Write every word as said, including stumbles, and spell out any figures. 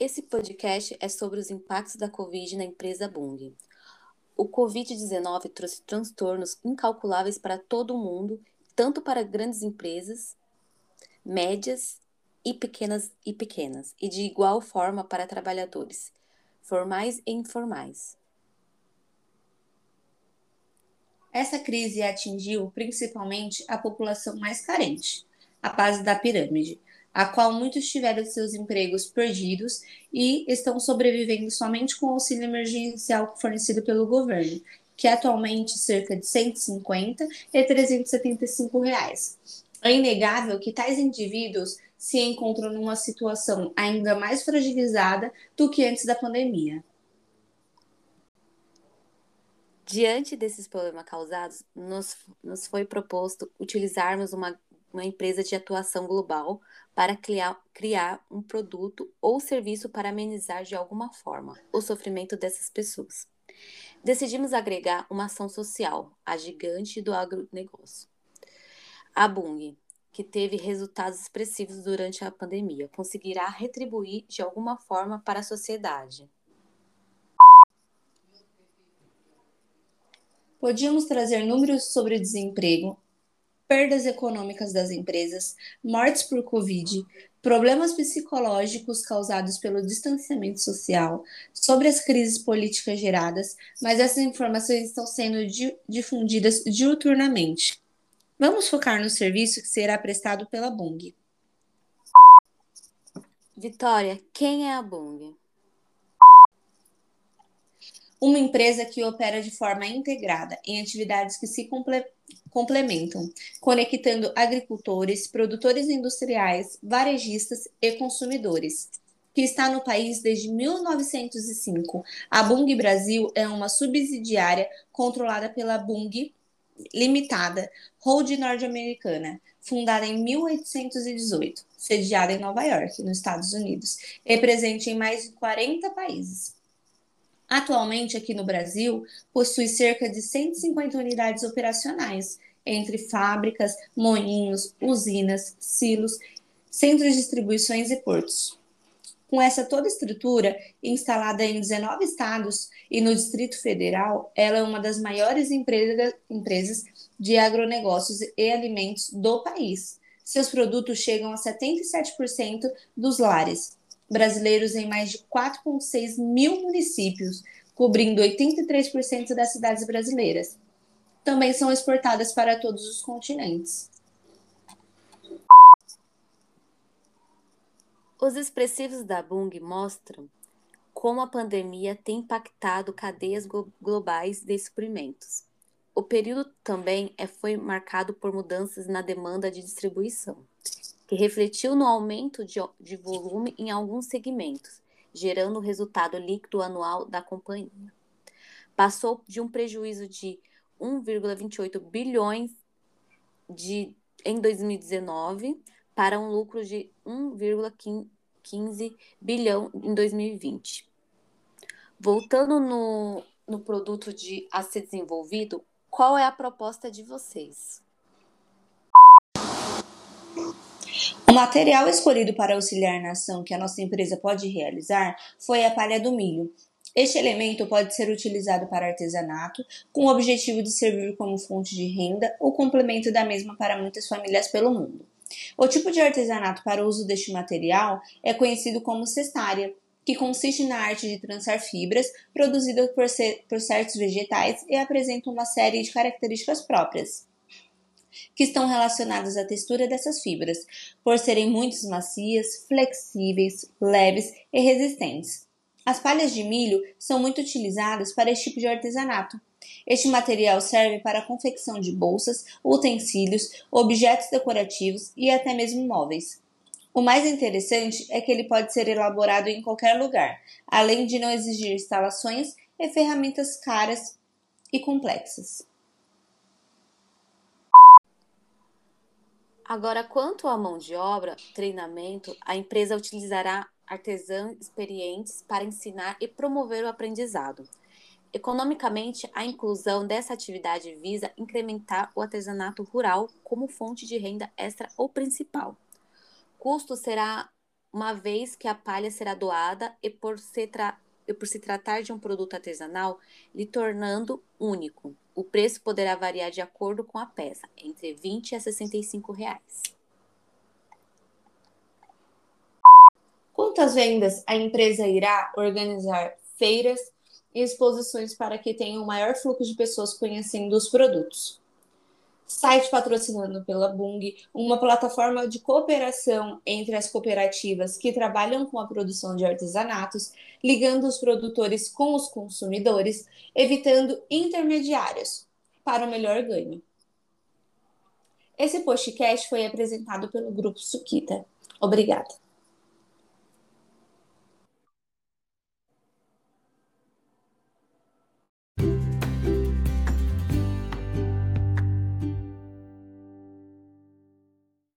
Esse podcast é sobre os impactos da Covid na empresa Bung. O covid dezenove trouxe transtornos incalculáveis para todo o mundo, tanto para grandes empresas, médias e pequenas e pequenas, e de igual forma para trabalhadores, formais e informais. Essa crise atingiu principalmente a população mais carente, a base da pirâmide, a qual muitos tiveram seus empregos perdidos e estão sobrevivendo somente com o auxílio emergencial fornecido pelo governo, que é atualmente cerca de cento e cinquenta e trezentos e setenta e cinco reais. É inegável que tais indivíduos se encontram numa situação ainda mais fragilizada do que antes da pandemia. Diante desses problemas causados, nos, nos foi proposto utilizarmos uma, uma empresa de atuação global para criar, criar um produto ou serviço para amenizar de alguma forma o sofrimento dessas pessoas. Decidimos agregar uma ação social, a gigante do agronegócio. A Bung, que teve resultados expressivos durante a pandemia, conseguirá retribuir de alguma forma para a sociedade. Podíamos trazer números sobre desemprego, perdas econômicas das empresas, mortes por Covid, problemas psicológicos causados pelo distanciamento social, sobre as crises políticas geradas, mas essas informações estão sendo difundidas diuturnamente. Vamos focar no serviço que será prestado pela Bung. Vitória, quem é a Bung? Uma empresa que opera de forma integrada em atividades que se comple- complementam, conectando agricultores, produtores industriais, varejistas e consumidores, que está no país desde mil novecentos e cinco. A Bung Brasil é uma subsidiária controlada pela Bung Limitada, holding norte-americana, fundada em mil oitocentos e dezoito, sediada em Nova York, nos Estados Unidos, e presente em mais de quarenta países. Atualmente, aqui no Brasil, possui cerca de cento e cinquenta unidades operacionais, entre fábricas, moinhos, usinas, silos, centros de distribuições e portos. Com essa toda estrutura, instalada em dezenove estados e no Distrito Federal, ela é uma das maiores empresa, empresas de agronegócios e alimentos do país. Seus produtos chegam a setenta e sete por cento dos lares brasileiros em mais de quatro vírgula seis mil municípios, cobrindo oitenta e três por cento das cidades brasileiras. Também são exportadas para todos os continentes. Os expressivos da Bung mostram como a pandemia tem impactado cadeias globais de suprimentos. O período também é, foi marcado por mudanças na demanda de distribuição, que refletiu no aumento de, de volume em alguns segmentos, gerando o resultado líquido anual da companhia. Passou de um prejuízo de um vírgula vinte e oito bilhões de, em dois mil e dezenove para um lucro de um vírgula quinze bilhão em dois mil e vinte. Voltando no, no produto de, a ser desenvolvido, qual é a proposta de vocês? O material escolhido para auxiliar na ação que a nossa empresa pode realizar foi a palha do milho. Este elemento pode ser utilizado para artesanato, com o objetivo de servir como fonte de renda ou complemento da mesma para muitas famílias pelo mundo. O tipo de artesanato para o uso deste material é conhecido como cestária, que consiste na arte de trançar fibras produzidas por, ser, por certos vegetais e apresenta uma série de características próprias, que estão relacionadas à textura dessas fibras, por serem muito macias, flexíveis, leves e resistentes. As palhas de milho são muito utilizadas para este tipo de artesanato. Este material serve para a confecção de bolsas, utensílios, objetos decorativos e até mesmo móveis. O mais interessante é que ele pode ser elaborado em qualquer lugar, além de não exigir instalações e ferramentas caras e complexas. Agora, quanto à mão de obra, treinamento, a empresa utilizará artesãos experientes para ensinar e promover o aprendizado. Economicamente, a inclusão dessa atividade visa incrementar o artesanato rural como fonte de renda extra ou principal. O custo será uma vez que a palha será doada e por se, tra e por se tratar de um produto artesanal, lhe tornando único. O preço poderá variar de acordo com a peça, entre vinte a sessenta e cinco reais. Quantas vendas a empresa irá organizar feiras e exposições para que tenha um maior fluxo de pessoas conhecendo os produtos? Site patrocinado pela Bung, uma plataforma de cooperação entre as cooperativas que trabalham com a produção de artesanatos, ligando os produtores com os consumidores, evitando intermediários para o melhor ganho. Esse podcast foi apresentado pelo Grupo Suquita. Obrigada.